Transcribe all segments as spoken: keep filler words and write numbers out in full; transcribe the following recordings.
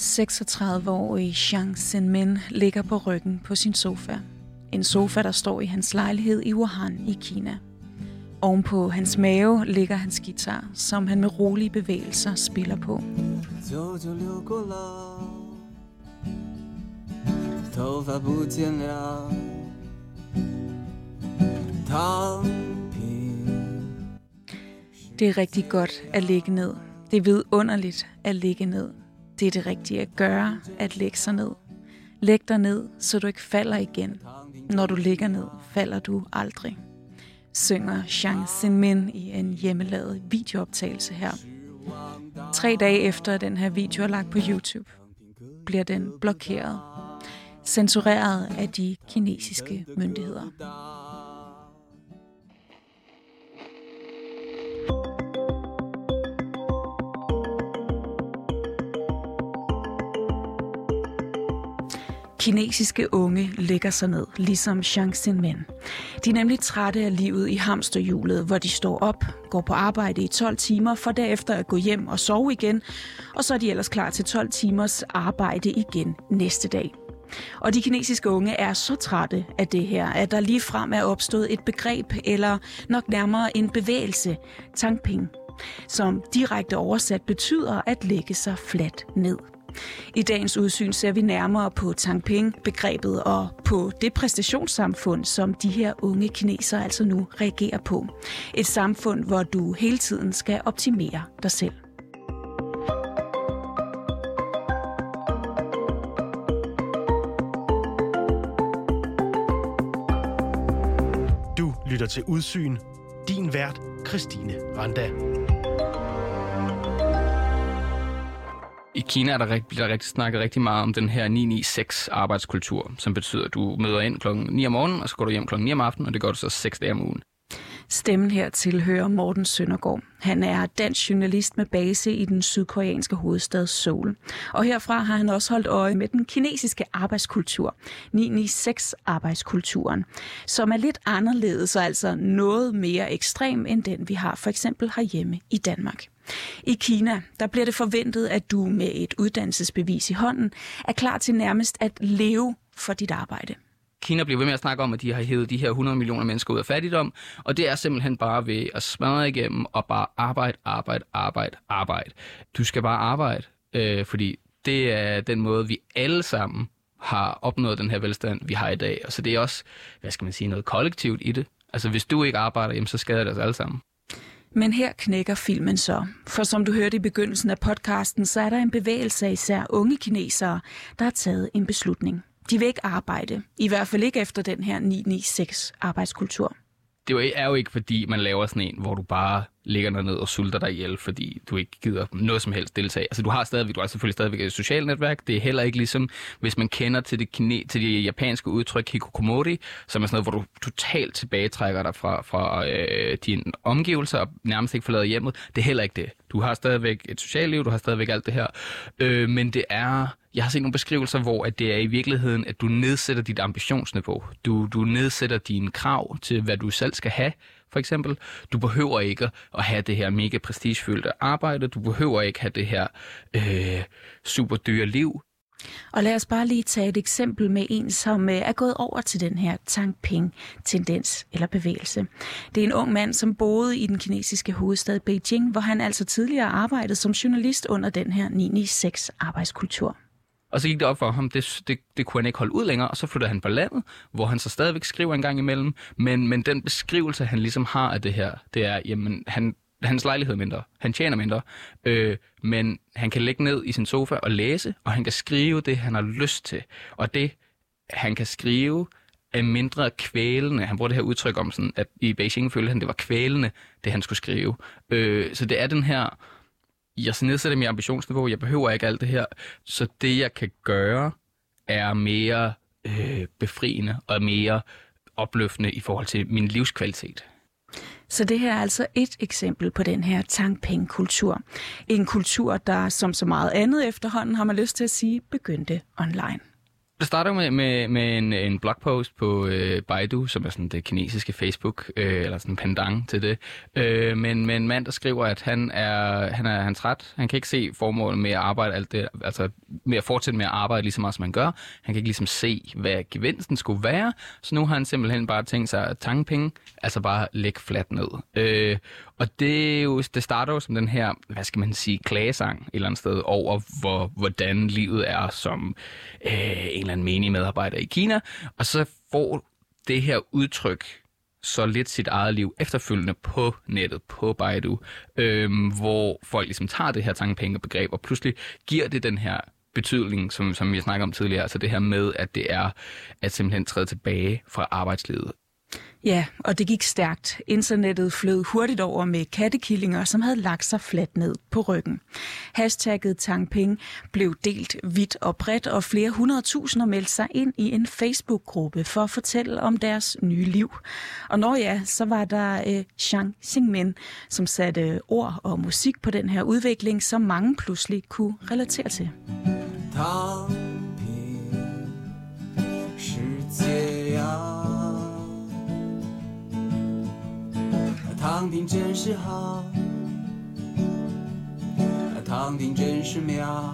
seksogtredive-årige Jiang Zemin ligger på ryggen på sin sofa. En sofa, der står i hans lejlighed i Wuhan i Kina. Ovenpå hans mave ligger hans guitar, som han med rolige bevægelser spiller på. Det er rigtig godt at ligge ned. Det er vidunderligt at ligge ned. Det er det rigtige at gøre, at lægge sig ned. Læg dig ned, så du ikke falder igen. Når du ligger ned, falder du aldrig. Synger Jiang Zemin i en hjemmelavet videooptagelse her. Tre dage efter den her video er lagt på YouTube, bliver den blokeret. Censureret af de kinesiske myndigheder. Kinesiske unge lægger sig ned, ligesom Jiang Zemin. De er nemlig trætte af livet i hamsterhjulet, hvor de står op, går på arbejde i tolv timer, for derefter at gå hjem og sove igen, og så er de ellers klar til tolv timers arbejde igen næste dag. Og de kinesiske unge er så trætte af det her, at der ligefrem er opstået et begreb, eller nok nærmere en bevægelse, tangping, som direkte oversat betyder at lægge sig fladt ned. I dagens udsyn ser vi nærmere på tangping-begrebet og på det præstationssamfund, som de her unge kinesere altså nu reagerer på. Et samfund, hvor du hele tiden skal optimere dig selv. Du lytter til Udsyn. Din vært, Christine Randa. I Kina er der, rigt, bliver der rigtig snakket rigtig meget om den her ni ni seks arbejdskultur, som betyder, at du møder ind klokken ni om morgenen, og så går du hjem klokken ni om aftenen, og det gør du så seks dage om ugen. Stemmen her tilhører Morten Søndergaard. Han er dansk journalist med base i den sydkoreanske hovedstad Seoul. Og herfra har han også holdt øje med den kinesiske arbejdskultur, ni ni seks arbejdskulturen, som er lidt anderledes og altså noget mere ekstrem end den, vi har for eksempel herhjemme i Danmark. I Kina, der bliver det forventet, at du med et uddannelsesbevis i hånden er klar til nærmest at leve for dit arbejde. Kina bliver ved med at snakke om, at de har hævet de her hundrede millioner mennesker ud af fattigdom, og det er simpelthen bare ved at smadre igennem og bare arbejde, arbejde, arbejde, arbejde. Du skal bare arbejde, øh, fordi det er den måde, vi alle sammen har opnået den her velstand, vi har i dag. Og så det er også, hvad skal man sige, noget kollektivt i det. Altså hvis du ikke arbejder, jamen, så skader det os alle sammen. Men her knækker filmen så. For som du hørte i begyndelsen af podcasten, så er der en bevægelse af især unge kinesere, der har taget en beslutning. De vil ikke arbejde. I hvert fald ikke efter den her ni ni seks arbejdskultur. Det er jo ikke fordi, man laver sådan en, hvor du bare ligger ned og sulter dig ihjel, fordi du ikke gider noget som helst deltage. Altså du har stadigvæk, du har selvfølgelig stadigvæk et socialt netværk. Det er heller ikke ligesom, hvis man kender til det, kine, til det japanske udtryk hikikomori, som er sådan noget, hvor du totalt tilbagetrækker dig fra, fra øh, dine omgivelser og nærmest ikke forlader hjemmet. Det er heller ikke det. Du har stadigvæk et socialt liv, du har stadigvæk alt det her. Øh, men det er... Jeg har set nogle beskrivelser, hvor at det er i virkeligheden, at du nedsætter dit ambitionsniveau. Du, du nedsætter dine krav til, hvad du selv skal have, for eksempel. Du behøver ikke at have det her mega prestigefyldte arbejde. Du behøver ikke have det her øh, super dyre liv. Og lad os bare lige tage et eksempel med en, som er gået over til den her tangping-tendens eller bevægelse. Det er en ung mand, som boede i den kinesiske hovedstad Beijing, hvor han altså tidligere arbejdede som journalist under den her ni ni seks arbejdskultur. Og så gik det op for ham, det, det, det kunne han ikke holde ud længere, og så flyttede han på landet, hvor han så stadigvæk skriver en gang imellem. Men, men den beskrivelse, han ligesom har af det her, det er, jamen, han, hans lejlighed er mindre, han tjener mindre, øh, men han kan ligge ned i sin sofa og læse, og han kan skrive det, han har lyst til. Og det, han kan skrive, er mindre kvælende. Han bruger det her udtryk om, sådan, at i Beijing følte han, det var kvælende, det han skulle skrive. Øh, så det er den her... Jeg nedsætter mit ambitionsniveau, jeg behøver ikke alt det her. Så det, jeg kan gøre, er mere øh, befriende og mere opløftende i forhold til min livskvalitet. Så det her er altså et eksempel på den her tangping-kultur. En kultur, der som så meget andet efterhånden, har man lyst til at sige, begyndte online. Det starter med, med, med en, en blogpost på øh, Baidu, som er sådan det kinesiske Facebook, øh, eller sådan en pendant til det. Øh, men med en mand, der skriver, at han er, han er, han er træt. Han kan ikke se formålet med at arbejde alt det, altså med at fortsætte med at arbejde lige så meget, som han gør. Han kan ikke ligesom se, hvad gevinsten skulle være. Så nu har han simpelthen bare tænkt sig at tanke penge, altså bare lægge fladt ned. Øh, og det, er jo, det starter jo som den her, hvad skal man sige, klagesang et eller andet sted over, hvor, hvordan livet er som øh, en eller anden menig medarbejder i Kina. Og så får det her udtryk så lidt sit eget liv efterfølgende på nettet, på Baidu, øh, hvor folk ligesom tager det her tankepengebegreb, og pludselig giver det den her betydning, som, som vi snakker om tidligere, altså det her med, at det er at simpelthen træde tilbage fra arbejdslivet. Ja, og det gik stærkt. Internettet flød hurtigt over med kattekillinger, som havde lagt sig fladt ned på ryggen. Hashtagget Tangping blev delt vidt og bredt, og flere hundrede tusinder meldte sig ind i en Facebook-gruppe for at fortælle om deres nye liv. Og når ja, så var der øh, Jiang Xingmin, som satte ord og musik på den her udvikling, som mange pludselig kunne relatere til. Tang 躺定真是好，躺定真是妙，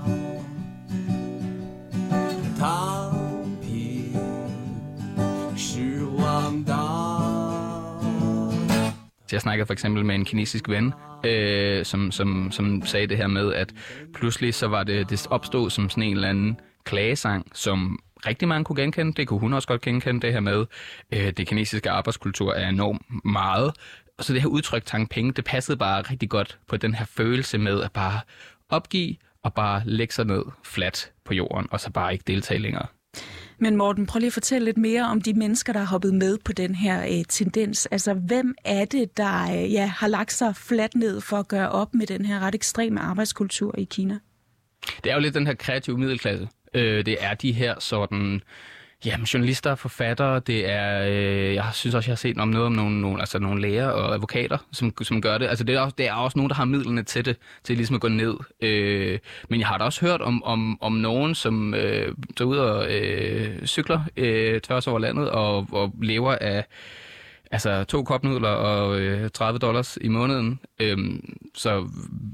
躺平是王道。Jeg snakkede for eksempel med en kinesisk ven, øh, som, som, som sagde det her med, at pludselig så var det, det opstod som sådan en eller anden klagesang, som rigtig mange kunne genkende. Det kunne hun også godt genkende, det her med, øh, det kinesiske arbejdskultur er enormt meget. Og så det her udtryk, tangpenge, det passede bare rigtig godt på den her følelse med at bare opgive og bare lægge sig ned fladt på jorden, og så bare ikke deltage længere. Men Morten, prøv lige at fortælle lidt mere om de mennesker, der har hoppet med på den her øh, tendens. Altså, hvem er det, der øh, ja, har lagt sig fladt ned for at gøre op med den her ret ekstreme arbejdskultur i Kina? Det er jo lidt den her kreative middelklasse. Øh, det er de her sådan... Jamen, journalister, forfattere, det er, øh, jeg synes også, jeg har set om noget om nogle, nogle, altså nogle læger og advokater, som, som gør det. Altså, det er, også, det er også nogen, der har midlerne til det, til ligesom at gå ned. Øh, men jeg har da også hørt om, om, om nogen, som øh, tager ud og øh, cykler øh, tværs over landet og, og lever af altså, to kopnudler og øh, tredive dollars i måneden. Øh, så...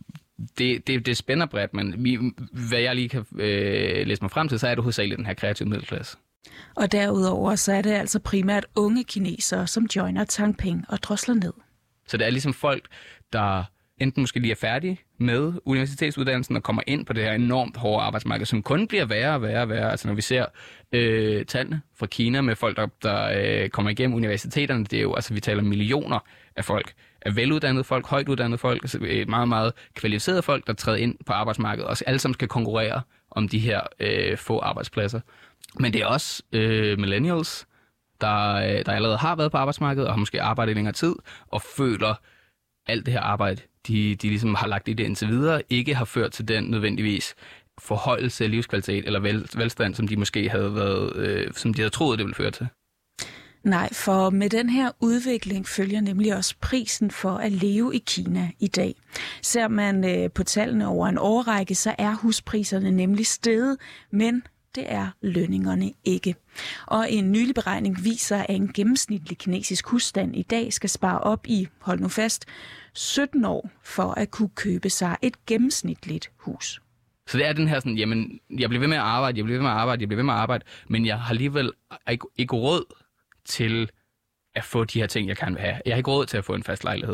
Det, det, det spænder bredt, men vi, hvad jeg lige kan øh, læse mig frem til, så er det hovedsageligt den her kreative middelklasse. Og derudover så er det altså primært unge kinesere, som joiner Tangping og drosler ned. Så det er ligesom folk, der enten måske lige er færdige med universitetsuddannelsen og kommer ind på det her enormt hårde arbejdsmarked, som kun bliver værre og værre og værre. Altså når vi ser øh, tallene fra Kina med folk, der, der øh, kommer igennem universiteterne, det er jo, altså vi taler millioner af folk, af veluddannede folk, højt uddannede folk, altså meget, meget kvalificerede folk, der træder ind på arbejdsmarkedet, og alle sammen skal konkurrere om de her øh, få arbejdspladser. Men det er også øh, millennials, der, der allerede har været på arbejdsmarkedet og har måske arbejdet i længere tid, og føler alt det her arbejde, de, de ligesom har lagt i det indtil videre, ikke har ført til den nødvendigvis forhøjelse af livskvalitet eller vel, velstand, som de måske havde været, øh, som de havde troet, det ville føre til. Nej, for med den her udvikling følger nemlig også prisen for at leve i Kina i dag. Ser man øh, på tallene over en årrække, så er huspriserne nemlig steget, men det er lønningerne ikke. Og en nylig beregning viser, at en gennemsnitlig kinesisk husstand i dag skal spare op i, hold nu fast, sytten år for at kunne købe sig et gennemsnitligt hus. Så det er den her sådan, jamen, jeg bliver ved med at arbejde, jeg bliver ved med at arbejde, jeg bliver ved med at arbejde, men jeg har alligevel ikke, ikke råd til at få de her ting, jeg kan have. Jeg har ikke råd til at få en fast lejlighed.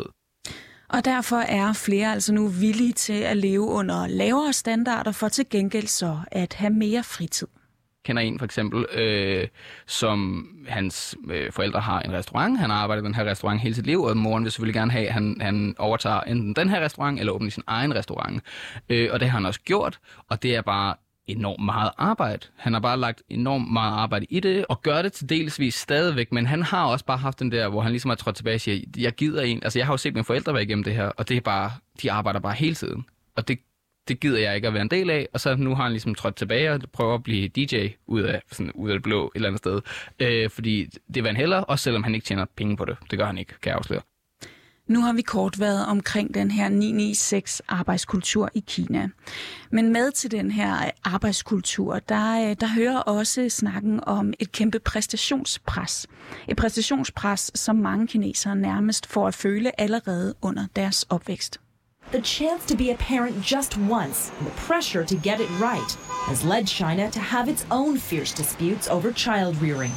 Og derfor er flere altså nu villige til at leve under lavere standarder for til gengæld så at have mere fritid. Jeg kender en for eksempel, øh, som hans øh, forældre har en restaurant. Han har arbejdet i den her restaurant hele sit liv, og moren vil selvfølgelig gerne have, at han, han overtager enten den her restaurant eller åbner sin egen restaurant. Øh, og det har han også gjort, og det er bare enormt meget arbejde. Han har bare lagt enormt meget arbejde i det, og gør det til delsvis stadigvæk, men han har også bare haft den der, hvor han ligesom har trådt tilbage og siger, jeg gider en, altså jeg har jo set mine forældre være igennem det her, og det er bare, de arbejder bare hele tiden. Og det, det gider jeg ikke at være en del af, og så nu har han ligesom trådt tilbage og prøver at blive D J ud af, sådan, ud af det blå et eller andet sted. Øh, fordi det vil han hellere, også selvom han ikke tjener penge på det. Det gør han ikke, kan jeg afsløre. Nu har vi kort været omkring den her ni ni seks arbejdskultur i Kina. Men med til den her arbejdskultur, der, der hører også snakken om et kæmpe præstationspres. Et præstationspres, som mange kinesere nærmest får at føle allerede under deres opvækst. The chance to be a parent just once and the pressure to get it right has led China to have its own fierce disputes over child rearing.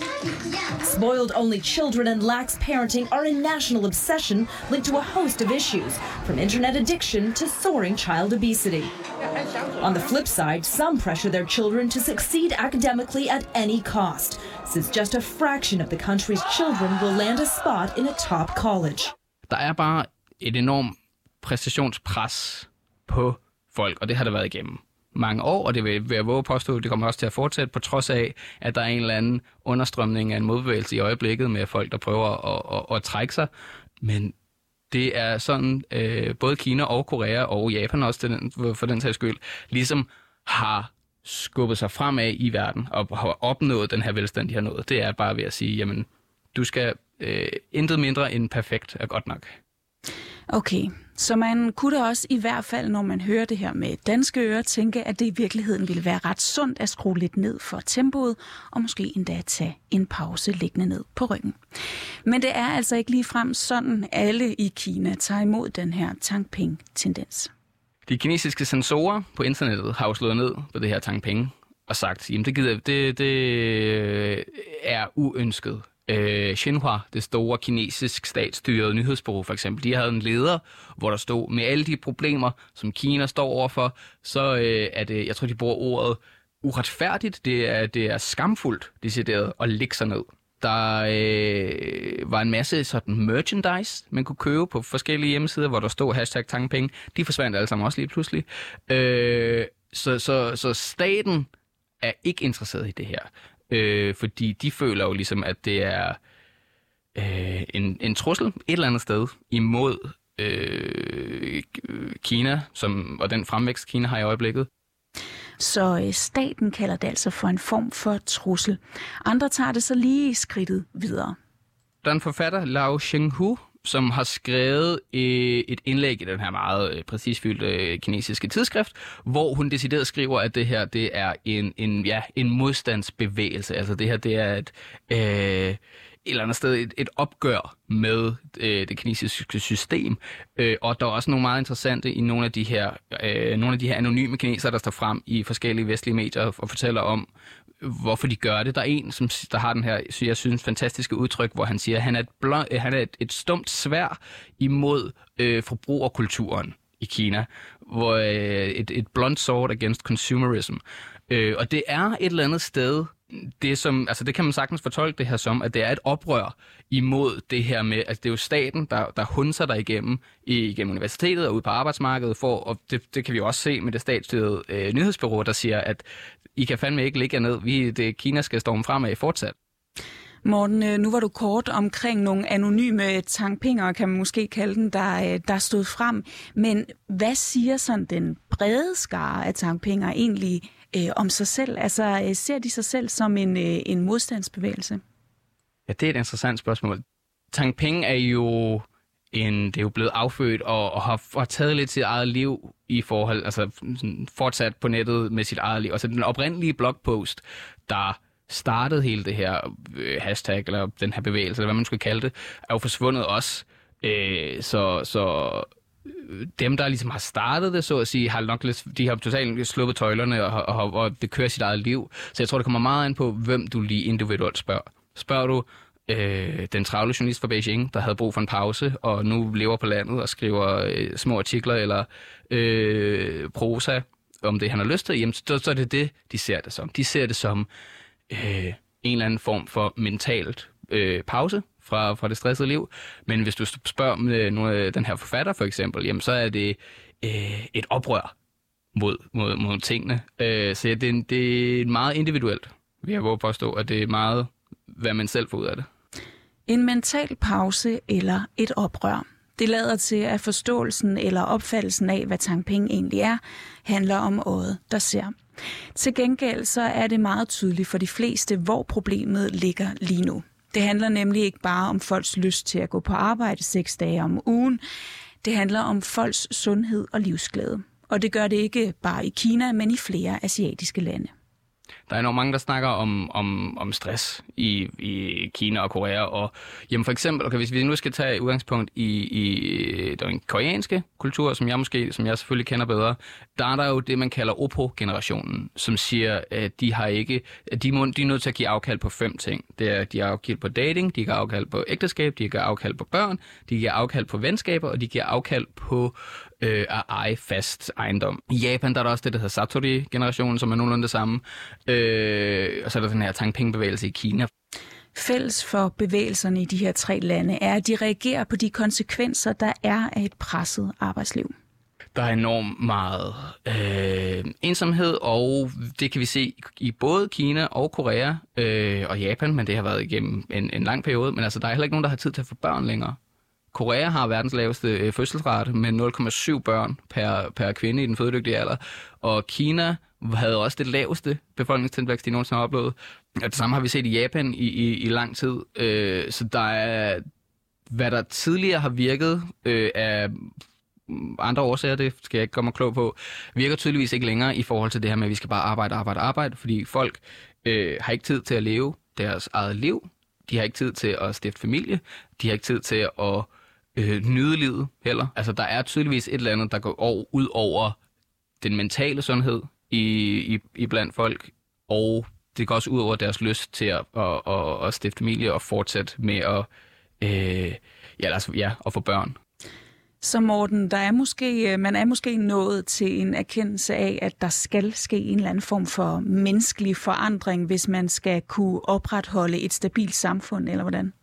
Spoiled only children and lax parenting are a national obsession linked to a host of issues, from internet addiction to soaring child obesity. On the flip side, some pressure their children to succeed academically at any cost, since just a fraction of the country's children will land a spot in a top college. Der er bare et enormt præstationspres på folk, og det har der været igennem mange år, og det vil jeg våge påstå, det kommer også til at fortsætte, på trods af, at der er en eller anden understrømning af en modbevægelse i øjeblikket med folk, der prøver at, at, at trække sig. Men det er sådan, øh, både Kina og Korea og Japan også den, for den sags skyld, ligesom har skubbet sig fremad i verden og har opnået den her velstand, de har nået. Det er bare ved at sige, jamen, du skal øh, intet mindre end perfekt er godt nok. Okay, så man kunne da også i hvert fald, når man hører det her med danske ører, tænke, at det i virkeligheden ville være ret sundt at skrue lidt ned for tempoet, og måske endda tage en pause liggende ned på ryggen. Men det er altså ikke ligefrem sådan, alle i Kina tager imod den her Tangping-tendens. De kinesiske sensorer på internettet har jo slået ned på det her Tangping og sagt, at det, gider, det, det er uønsket. Øh, Xinhua, det store kinesisk statsstyrede nyhedsbureau for eksempel, de havde en leder, hvor der stod, med alle de problemer, som Kina står overfor, så øh, er det, jeg tror, de bruger ordet uretfærdigt, det er, det er skamfuldt, decideret, at lægge sig ned. Der øh, var en masse sådan merchandise, man kunne købe på forskellige hjemmesider, hvor der stod hashtag Tangping. De forsvandt alle sammen også lige pludselig. Øh, så, så, så staten er ikke interesseret i det her. Øh, fordi de føler jo ligesom, at det er øh, en, en trussel et eller andet sted imod øh, Kina, som, og den fremvækst, Kina har i øjeblikket. Så øh, staten kalder det altså for en form for trussel. Andre tager det så lige skridtet videre. Der er en forfatter, Lao Shenghu, som har skrevet øh, et indlæg i den her meget øh, præcisfyldte øh, kinesiske tidsskrift, hvor hun decideret skriver, at det her det er en, en, ja, en modstandsbevægelse. Altså det her det er et, øh, et eller andet sted et, et opgør med øh, det kinesiske system. Øh, og der er også nogle meget interessante i nogle af de her, øh, nogle af de her anonyme kinesere, der står frem i forskellige vestlige medier og fortæller om, hvorfor de gør det. Der er en, som der har den her, jeg synes, fantastiske udtryk, hvor han siger, at han er et, blond, han er et, et stumt sværd imod øh, forbrugerkulturen i Kina, hvor øh, et, et blunt sword against consumerism. Øh, og det er et eller andet sted, det som, altså det kan man sagtens fortolke det her som, at det er et oprør imod det her med, altså det er jo staten, der, der hunser der igennem, igennem universitetet og ude på arbejdsmarkedet, for, og det, det kan vi jo også se med det statsstyrede øh, nyhedsbureau, der siger, at I kan fandme ikke ligge ned, vi, det Kina skal storme fremad fortsat. Morten, nu var du kort omkring nogle anonyme tangpinger, kan man måske kalde den, der, der stod frem. Men hvad siger sådan den brede skare af tangpinger egentlig øh, om sig selv? Altså, ser de sig selv som en, øh, en modstandsbevægelse? Ja, det er et interessant spørgsmål. Tangping er jo en, det er jo blevet affødt og, og har, har taget lidt sit eget liv i forhold, altså sådan, fortsat på nettet med sit eget liv. Altså den oprindelige blogpost, der startede hele det her øh, hashtag, eller den her bevægelse, eller hvad man skal kalde det, er jo forsvundet også. Øh, så, så dem, der ligesom har startet det, så at sige, har nok lidt, de har totalt sluppet tøjlerne, og, og, og det kører sit eget liv. Så jeg tror, det kommer meget an på, hvem du lige individuelt spørger. Spørger du øh, den travle journalist fra Beijing, der havde brug for en pause, og nu lever på landet og skriver øh, små artikler eller øh, prosa om det, han har lyst til, jamen, så, så er det det, de ser det som. De ser det som øh, en eller anden form for mentalt øh, pause fra, fra det stressede liv. Men hvis du spørger med nogle, den her forfatter for eksempel, jamen, så er det øh, et oprør mod, mod, mod tingene. Øh, så ja, det, det er meget individuelt, vil jeg våge påstå, at det er meget, hvad man selv får ud af det. En mental pause eller et oprør. Det lader til, at forståelsen eller opfattelsen af, hvad Tangping egentlig er, handler om øjet, der ser. Til gengæld så er det meget tydeligt for de fleste, hvor problemet ligger lige nu. Det handler nemlig ikke bare om folks lyst til at gå på arbejde seks dage om ugen. Det handler om folks sundhed og livsglæde. Og det gør det ikke bare i Kina, men i flere asiatiske lande. Der er enormt mange, der snakker om, om, om stress i, i Kina og Korea. Og jamen for eksempel, okay, hvis vi nu skal tage udgangspunkt i, i den koreanske kultur, som jeg måske, som jeg selvfølgelig kender bedre, der er der jo det, man kalder Oppo-generationen, som siger, at de har ikke, at de, må, de er nødt til at give afkald på fem ting. Det er, de har afkald på dating, de giver afkald på ægteskab, de giver afkald på børn, de giver afkald på venskaber, og de giver afkald på øh, at eje fast ejendom. I Japan der er der også det, der hedder Satori-generationen, som er nogenlunde det samme. Øh, og så er der den her tangping-bevægelse i Kina. Fælles for bevægelserne i de her tre lande er, at de reagerer på de konsekvenser, der er af et presset arbejdsliv. Der er enormt meget øh, ensomhed, og det kan vi se i både Kina og Korea øh, og Japan, men det har været igennem en, en lang periode. Men altså, der er heller ikke nogen, der har tid til at få børn længere. Korea har verdens laveste øh, fødselsrate med nul komma syv børn per, per kvinde i den fødedygtige alder, og Kina havde også det laveste befolkningstilvækst, de nogensinde har oplevet. Og det samme har vi set i Japan i, i, i lang tid. Øh, så der er, hvad der tidligere har virket øh, af andre årsager, det skal jeg ikke komme klog på, virker tydeligvis ikke længere i forhold til det her med, at vi skal bare arbejde, arbejde, arbejde, fordi folk øh, har ikke tid til at leve deres eget liv. De har ikke tid til at stifte familie. De har ikke tid til at øh, nyde livet heller. Altså, der er tydeligvis et eller andet, der går over, ud over den mentale sundhed i, i, i blandt folk, og det går også ud over deres lyst til at, at, at, at stifte familie og fortsætte med at, øh, ja, altså, ja, at få børn. Så Morten, der er måske, man er måske nået til en erkendelse af, at der skal ske en eller anden form for menneskelig forandring, hvis man skal kunne opretholde et stabilt samfund, eller hvordan?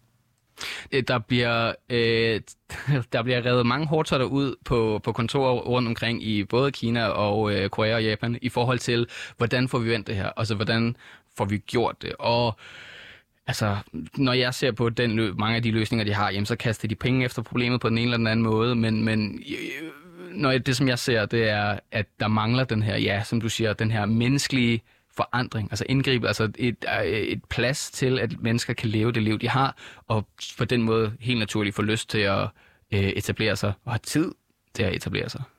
Der bliver, øh, der bliver revet mange hårdtotter ud på, på kontorer rundt omkring i både Kina og øh, Korea og Japan i forhold til, hvordan får vi vendt det her, altså hvordan får vi gjort det. Og altså, når jeg ser på den lø- mange af de løsninger, de har, jamen, så kaster de penge efter problemet på den ene eller den anden måde, men, men øh, når jeg, det, som jeg ser, det er, at der mangler den her, ja, som du siger, den her menneskelige forandring, altså indgribe, altså et, et plads til, at mennesker kan leve det liv, de har, og på den måde helt naturligt få lyst til at øh, etablere sig, og have tid til at etablere sig.